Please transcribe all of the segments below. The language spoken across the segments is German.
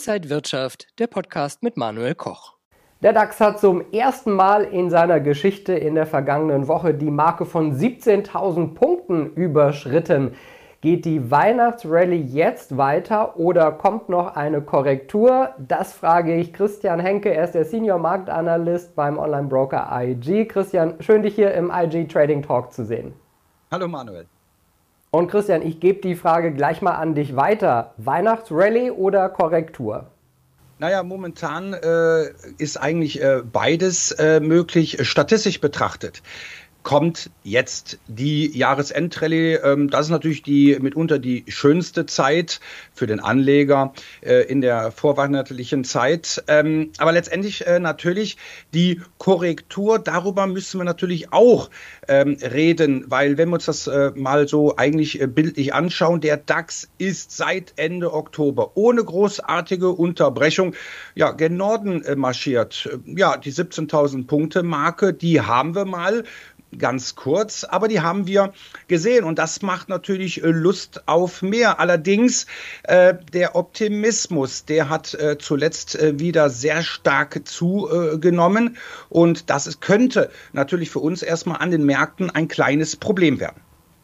Inside Wirtschaft, der Podcast mit Manuel Koch. Der DAX hat zum ersten Mal in seiner Geschichte in der vergangenen Woche die Marke von 17.000 Punkten überschritten. Geht die Weihnachtsrallye jetzt weiter oder kommt noch eine Korrektur? Das frage ich Christian Henke. Er ist der Senior Marktanalyst beim Online-Broker IG. Christian, schön dich hier im IG Trading Talk zu sehen. Hallo Manuel. Und Christian, ich gebe die Frage gleich mal an dich weiter. Weihnachtsrallye oder Korrektur? Naja, momentan ist eigentlich beides möglich, statistisch betrachtet. Kommt jetzt die Jahresendrallye. Das ist natürlich mitunter die schönste Zeit für den Anleger in der vorweihnachtlichen Zeit. Aber letztendlich natürlich die Korrektur, darüber müssen wir natürlich auch reden, weil wenn wir uns das mal so eigentlich bildlich anschauen, der DAX ist seit Ende Oktober ohne großartige Unterbrechung gen Norden marschiert. Ja, die 17.000 Punkte Marke, die haben wir mal ganz kurz, aber die haben wir gesehen und das macht natürlich Lust auf mehr. Allerdings der Optimismus, der hat zuletzt wieder sehr stark zugenommen und könnte natürlich für uns erstmal an den Märkten ein kleines Problem werden.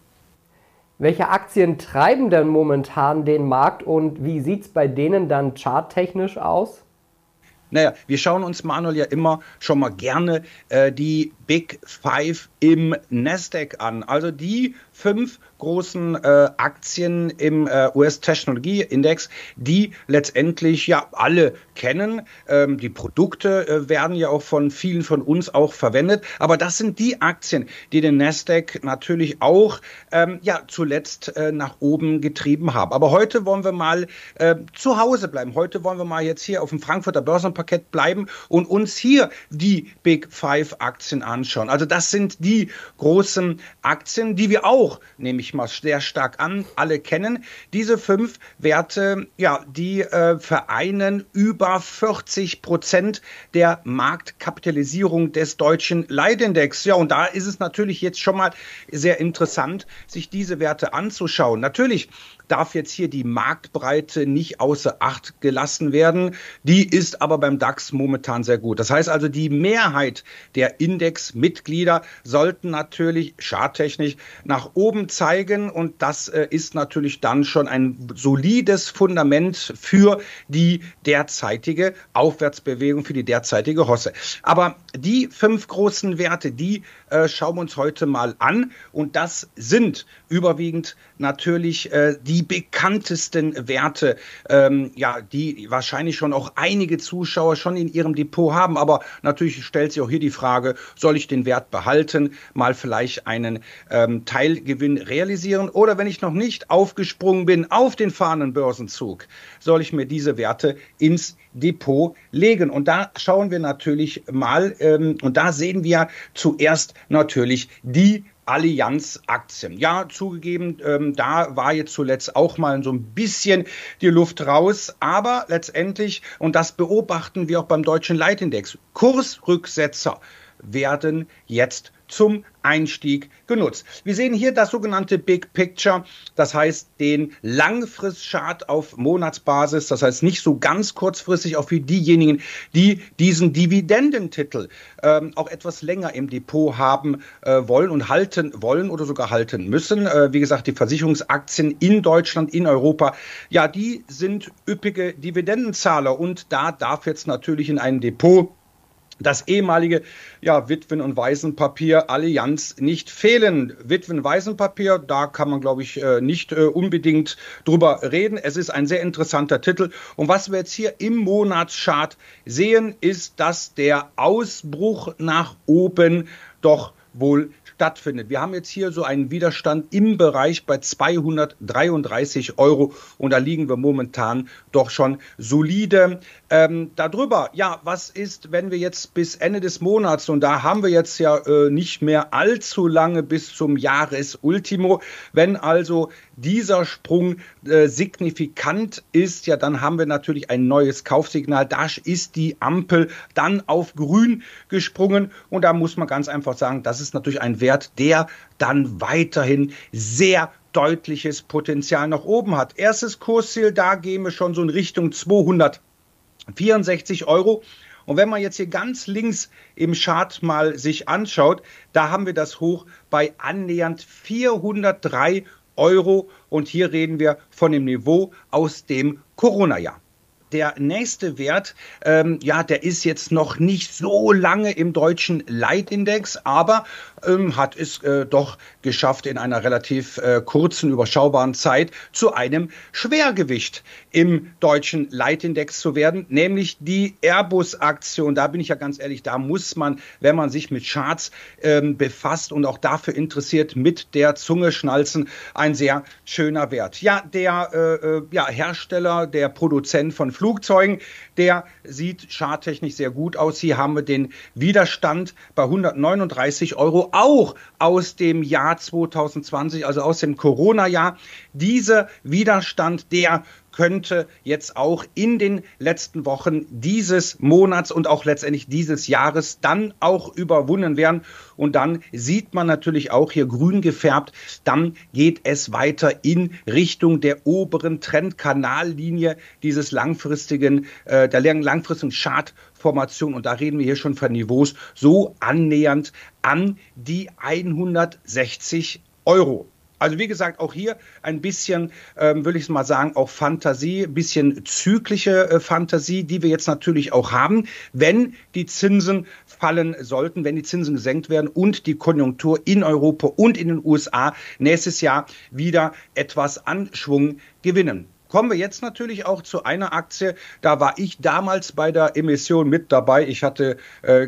Welche Aktien treiben denn momentan den Markt und wie sieht es bei denen dann charttechnisch aus? Naja, wir schauen uns, Manuel, ja immer schon mal gerne die Big Five im Nasdaq an. Also die 5 großen Aktien im US-Technologie-Index, die letztendlich ja alle kennen. Die Produkte werden ja auch von vielen von uns auch verwendet. Aber das sind die Aktien, die den Nasdaq natürlich auch zuletzt nach oben getrieben haben. Aber heute wollen wir mal zu Hause bleiben. Heute wollen wir mal jetzt hier auf dem Frankfurter Börsenparkett bleiben und uns hier die Big Five Aktien anschauen. Also das sind die großen Aktien, die wir auch, nehme ich mal sehr stark an, alle kennen. Diese 5 Werte, die vereinen über 40% der Marktkapitalisierung des deutschen Leitindex. Ja, und da ist es natürlich jetzt schon mal sehr interessant, sich diese Werte anzuschauen. Natürlich darf jetzt hier die Marktbreite nicht außer Acht gelassen werden. Die ist aber beim DAX momentan sehr gut. Das heißt also, die Mehrheit der Indexmitglieder sollten natürlich charttechnisch nach oben zeigen und das ist natürlich dann schon ein solides Fundament für die derzeitige Aufwärtsbewegung, für die derzeitige Hosse. Aber die 5 großen Werte, die schauen wir uns heute mal an und das sind überwiegend natürlich die bekanntesten Werte, die wahrscheinlich schon auch einige Zuschauer schon in ihrem Depot haben. Aber natürlich stellt sich auch hier die Frage, soll ich den Wert behalten, mal vielleicht einen Teilgewinn realisieren oder wenn ich noch nicht aufgesprungen bin auf den Fahnenbörsenzug, soll ich mir diese Werte ins Depot legen. Und da schauen wir natürlich mal und da sehen wir zuerst natürlich die Allianz-Aktien. Ja, zugegeben, da war jetzt zuletzt auch mal so ein bisschen die Luft raus, aber letztendlich, und das beobachten wir auch beim deutschen Leitindex, Kursrücksetzer werden jetzt zum Einstieg genutzt. Wir sehen hier das sogenannte Big Picture, das heißt den Langfristchart auf Monatsbasis, das heißt nicht so ganz kurzfristig, auch für diejenigen, die diesen Dividendentitel auch etwas länger im Depot haben wollen und halten wollen oder sogar halten müssen. Wie gesagt, die Versicherungsaktien in Deutschland, in Europa, ja, die sind üppige Dividendenzahler und da darf jetzt natürlich in einem Depot das ehemalige Witwen- und Waisenpapier Allianz nicht fehlen. Witwen-Waisenpapier, da kann man, glaube ich, nicht unbedingt drüber reden. Es ist ein sehr interessanter Titel. Und was wir jetzt hier im Monatschart sehen, ist, dass der Ausbruch nach oben doch wohl stattfindet. Wir haben jetzt hier so einen Widerstand im Bereich bei 233 € und da liegen wir momentan doch schon solide darüber. Ja, was ist, wenn wir jetzt bis Ende des Monats, und da haben wir jetzt ja nicht mehr allzu lange bis zum Jahresultimo, wenn also dieser Sprung signifikant ist, ja, dann haben wir natürlich ein neues Kaufsignal. Da ist die Ampel dann auf grün gesprungen und da muss man ganz einfach sagen, das ist natürlich ein Wert, der dann weiterhin sehr deutliches Potenzial nach oben hat. Erstes Kursziel, da gehen wir schon so in Richtung 200 64 Euro. Und wenn man jetzt hier ganz links im Chart mal sich anschaut, da haben wir das Hoch bei annähernd 403 Euro. Und hier reden wir von dem Niveau aus dem Corona-Jahr. Der nächste Wert, der ist jetzt noch nicht so lange im deutschen Leitindex, aber hat es doch geschafft, in einer relativ kurzen, überschaubaren Zeit zu einem Schwergewicht im deutschen Leitindex zu werden, nämlich die Airbus-Aktie. Und da bin ich ja ganz ehrlich, da muss man, wenn man sich mit Charts befasst und auch dafür interessiert, mit der Zunge schnalzen, ein sehr schöner Wert. Ja, der Hersteller, der Produzent von Flugzeugen, der sieht charttechnisch sehr gut aus. Hier haben wir den Widerstand bei 139 Euro, auch aus dem Jahr 2020, also aus dem Corona-Jahr. Dieser Widerstand, der könnte jetzt auch in den letzten Wochen dieses Monats und auch letztendlich dieses Jahres dann auch überwunden werden. Und dann sieht man natürlich auch hier grün gefärbt, dann geht es weiter in Richtung der oberen Trendkanallinie dieses langfristigen Chartformation. Und da reden wir hier schon von Niveaus so annähernd an die 160 Euro. Also wie gesagt, auch hier ein bisschen, würde ich mal sagen, auch Fantasie, ein bisschen zyklische Fantasie, die wir jetzt natürlich auch haben, wenn die Zinsen fallen sollten, wenn die Zinsen gesenkt werden und die Konjunktur in Europa und in den USA nächstes Jahr wieder etwas an Schwung gewinnen. Kommen wir jetzt natürlich auch zu einer Aktie, da war ich damals bei der Emission mit dabei. Ich hatte,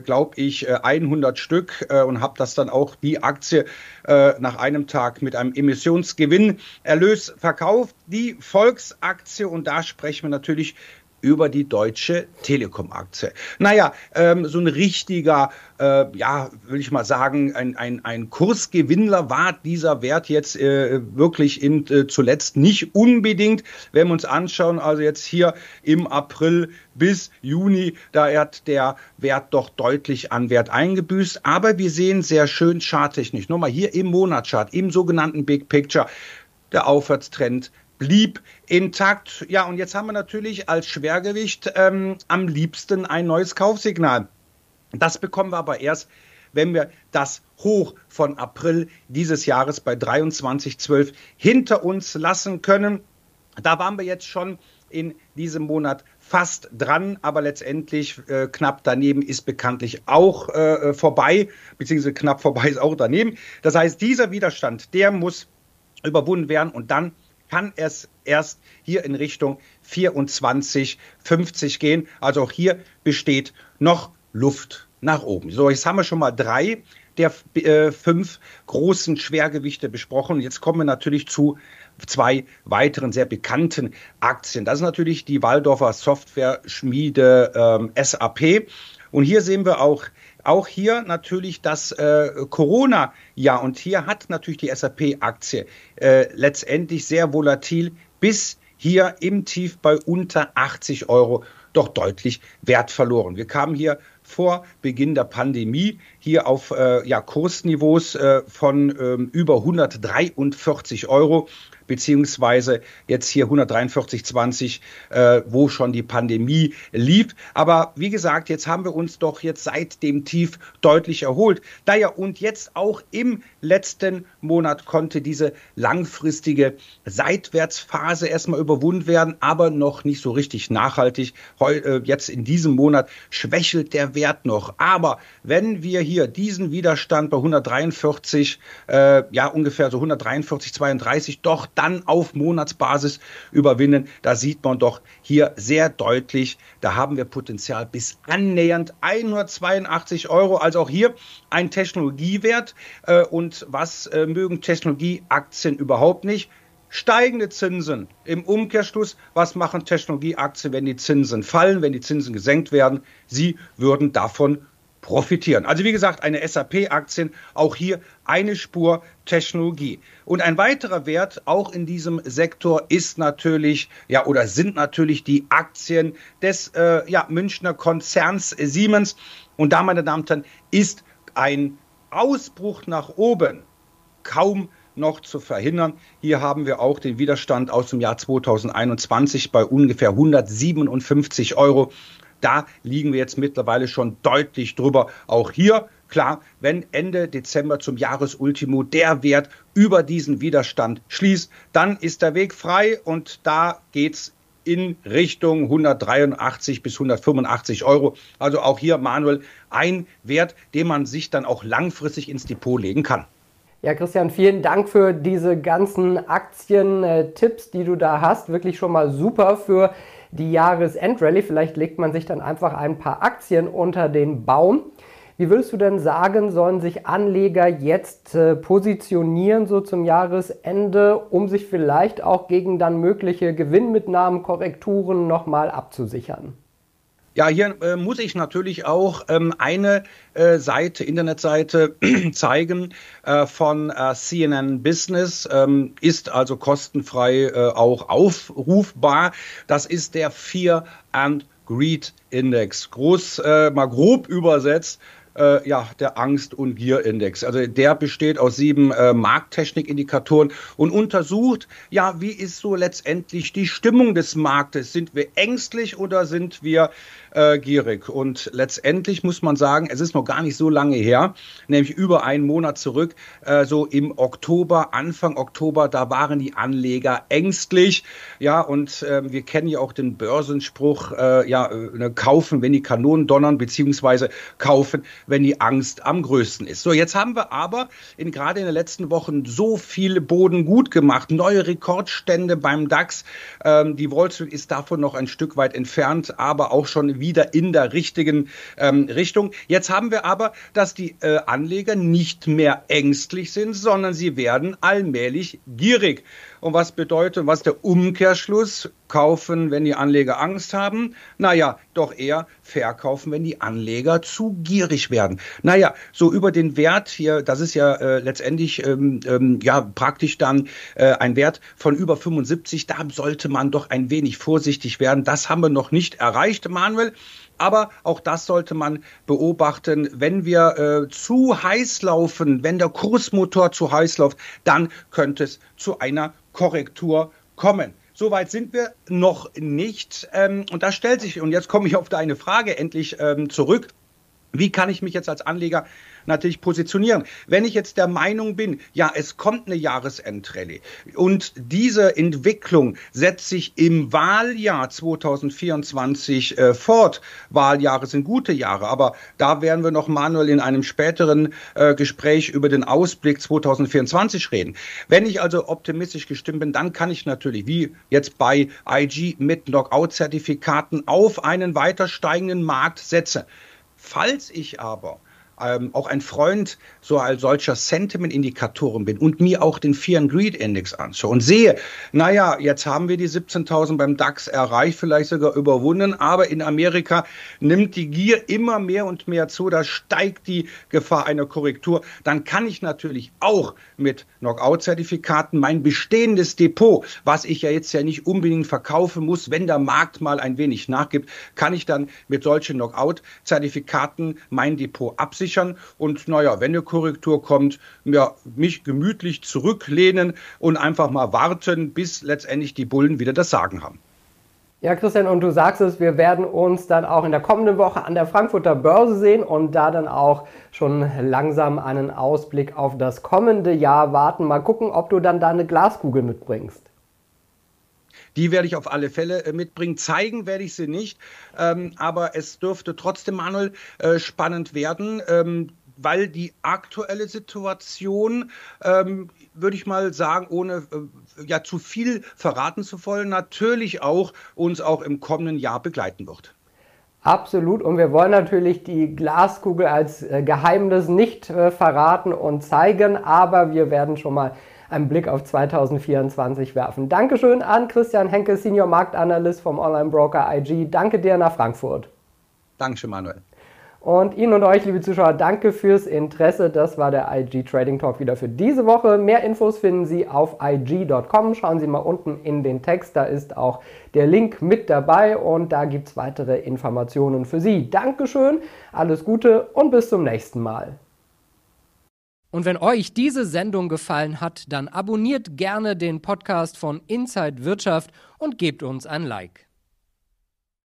100 Stück und habe das dann auch die Aktie nach einem Tag mit einem Emissionsgewinnerlös verkauft. Die Volksaktie, und da sprechen wir natürlich über die Deutsche Telekom-Aktie. Naja, so ein richtiger, will ich mal sagen, ein Kursgewinnler war dieser Wert jetzt wirklich zuletzt nicht unbedingt. Wenn wir uns anschauen, also jetzt hier im April bis Juni, da hat der Wert doch deutlich an Wert eingebüßt. Aber wir sehen sehr schön charttechnisch, nochmal hier im Monatschart, im sogenannten Big Picture, der Aufwärtstrend blieb intakt. Ja, und jetzt haben wir natürlich als Schwergewicht am liebsten ein neues Kaufsignal. Das bekommen wir aber erst, wenn wir das Hoch von April dieses Jahres bei 23,12 hinter uns lassen können. Da waren wir jetzt schon in diesem Monat fast dran, aber letztendlich knapp daneben ist bekanntlich auch vorbei, beziehungsweise knapp vorbei ist auch daneben. Das heißt, dieser Widerstand, der muss überwunden werden und dann kann es erst hier in Richtung 24,50 gehen. Also auch hier besteht noch Luft nach oben. So, jetzt haben wir schon mal 3 der 5 großen Schwergewichte besprochen. Jetzt kommen wir natürlich zu 2 weiteren sehr bekannten Aktien. Das ist natürlich die Walldorfer Software-Schmiede SAP. Und hier sehen wir auch hier natürlich das Corona-Jahr. Und hier hat natürlich die SAP-Aktie letztendlich sehr volatil bis hier im Tief bei unter 80 Euro doch deutlich Wert verloren. Wir kamen hier vor Beginn der Pandemie hier auf Kursniveaus von über 143 Euro, beziehungsweise jetzt hier 143,20, wo schon die Pandemie lief. Aber wie gesagt, jetzt haben wir uns doch jetzt seit dem Tief deutlich erholt. Und jetzt auch im letzten Monat konnte diese langfristige Seitwärtsphase erstmal überwunden werden, aber noch nicht so richtig nachhaltig. Jetzt in diesem Monat schwächelt der Wert noch. Aber wenn wir hier diesen Widerstand bei 143, ungefähr so 143,32 doch dann auf Monatsbasis überwinden, da sieht man doch hier sehr deutlich, da haben wir Potenzial bis annähernd 182 Euro. Also auch hier ein Technologiewert. Und was mögen Technologieaktien überhaupt nicht? Steigende Zinsen. Im Umkehrschluss, was machen Technologieaktien, wenn die Zinsen fallen, wenn die Zinsen gesenkt werden? Sie würden davon profitieren. Also wie gesagt, eine SAP-Aktien, auch hier eine Spur Technologie. Und ein weiterer Wert auch in diesem Sektor ist natürlich, sind natürlich die Aktien des Münchner Konzerns Siemens. Und da, meine Damen und Herren, ist ein Ausbruch nach oben kaum noch zu verhindern. Hier haben wir auch den Widerstand aus dem Jahr 2021 bei ungefähr 157 Euro. Da liegen wir jetzt mittlerweile schon deutlich drüber. Auch hier, klar, wenn Ende Dezember zum Jahresultimo der Wert über diesen Widerstand schließt, dann ist der Weg frei und da geht's in Richtung 183 bis 185 Euro. Also auch hier, Manuel, ein Wert, den man sich dann auch langfristig ins Depot legen kann. Ja, Christian, vielen Dank für diese ganzen Aktien-Tipps, die du da hast. Wirklich schon mal super für die Jahresendrallye. Vielleicht legt man sich dann einfach ein paar Aktien unter den Baum. Wie würdest du denn sagen, sollen sich Anleger jetzt positionieren so zum Jahresende, um sich vielleicht auch gegen dann mögliche Gewinnmitnahmen, Korrekturen nochmal abzusichern? Ja, hier muss ich natürlich auch eine Internetseite zeigen von CNN Business, ist also kostenfrei auch aufrufbar. Das ist der Fear and Greed Index. Mal grob übersetzt. Der Angst- und Gierindex. Also der besteht aus 7 Markttechnikindikatoren und untersucht, ja, wie ist so letztendlich die Stimmung des Marktes? Sind wir ängstlich oder sind wir gierig? Und letztendlich muss man sagen, es ist noch gar nicht so lange her, nämlich über einen Monat zurück, so im Oktober, Anfang Oktober, da waren die Anleger ängstlich. Ja, und wir kennen ja auch den Börsenspruch, kaufen, wenn die Kanonen donnern, beziehungsweise kaufen, wenn die Angst am größten ist. So, jetzt haben wir aber gerade in den letzten Wochen so viel Boden gut gemacht. Neue Rekordstände beim DAX. Die Wall Street ist davon noch ein Stück weit entfernt, aber auch schon wieder in der richtigen Richtung. Jetzt haben wir aber, dass die Anleger nicht mehr ängstlich sind, sondern sie werden allmählich gierig. Und was bedeutet, was der Umkehrschluss? Kaufen, wenn die Anleger Angst haben? Naja, doch eher verkaufen, wenn die Anleger zu gierig werden. Naja, so über den Wert hier, das ist ja letztendlich praktisch dann ein Wert von über 75. Da sollte man doch ein wenig vorsichtig werden. Das haben wir noch nicht erreicht, Manuel. Aber auch das sollte man beobachten. Wenn wir zu heiß laufen, wenn der Kursmotor zu heiß läuft, dann könnte es zu einer Korrektur kommen. Soweit sind wir noch nicht. Und da stellt sich, und jetzt komme ich auf deine Frage endlich zurück, wie kann ich mich jetzt als Anleger natürlich positionieren? Wenn ich jetzt der Meinung bin, ja, es kommt eine Jahresendrallye und diese Entwicklung setzt sich im Wahljahr 2024 fort. Wahljahre sind gute Jahre, aber da werden wir noch, Manuel, in einem späteren Gespräch über den Ausblick 2024 reden. Wenn ich also optimistisch gestimmt bin, dann kann ich natürlich, wie jetzt bei IG mit Knockout-Zertifikaten, auf einen weiter steigenden Markt setzen. Falls ich aber auch ein Freund so als solcher Sentiment-Indikatoren bin und mir auch den Fear and Greed Index anschaue und sehe, naja, jetzt haben wir die 17.000 beim DAX erreicht, vielleicht sogar überwunden, aber in Amerika nimmt die Gier immer mehr und mehr zu, da steigt die Gefahr einer Korrektur, dann kann ich natürlich auch mit Knockout-Zertifikaten mein bestehendes Depot, was ich ja jetzt ja nicht unbedingt verkaufen muss, wenn der Markt mal ein wenig nachgibt, kann ich dann mit solchen Knockout-Zertifikaten mein Depot absichern. Und naja, wenn eine Korrektur kommt, ja, mich gemütlich zurücklehnen und einfach mal warten, bis letztendlich die Bullen wieder das Sagen haben. Ja, Christian, und du sagst es, wir werden uns dann auch in der kommenden Woche an der Frankfurter Börse sehen und da dann auch schon langsam einen Ausblick auf das kommende Jahr warten. Mal gucken, ob du dann da eine Glaskugel mitbringst. Die werde ich auf alle Fälle mitbringen. Zeigen werde ich sie nicht, aber es dürfte trotzdem, Manuel, spannend werden, weil die aktuelle Situation, würde ich mal sagen, ohne zu viel verraten zu wollen, natürlich auch uns auch im kommenden Jahr begleiten wird. Absolut, und wir wollen natürlich die Glaskugel als Geheimnis nicht verraten und zeigen, aber wir werden schon mal einen Blick auf 2024 werfen. Dankeschön an Christian Henke, Senior Marktanalyst vom Online-Broker IG. Danke dir nach Frankfurt. Dankeschön, Manuel. Und Ihnen und euch, liebe Zuschauer, danke fürs Interesse. Das war der IG Trading Talk wieder für diese Woche. Mehr Infos finden Sie auf IG.com. Schauen Sie mal unten in den Text, da ist auch der Link mit dabei und da gibt es weitere Informationen für Sie. Dankeschön, alles Gute und bis zum nächsten Mal. Und wenn euch diese Sendung gefallen hat, dann abonniert gerne den Podcast von Inside Wirtschaft und gebt uns ein Like.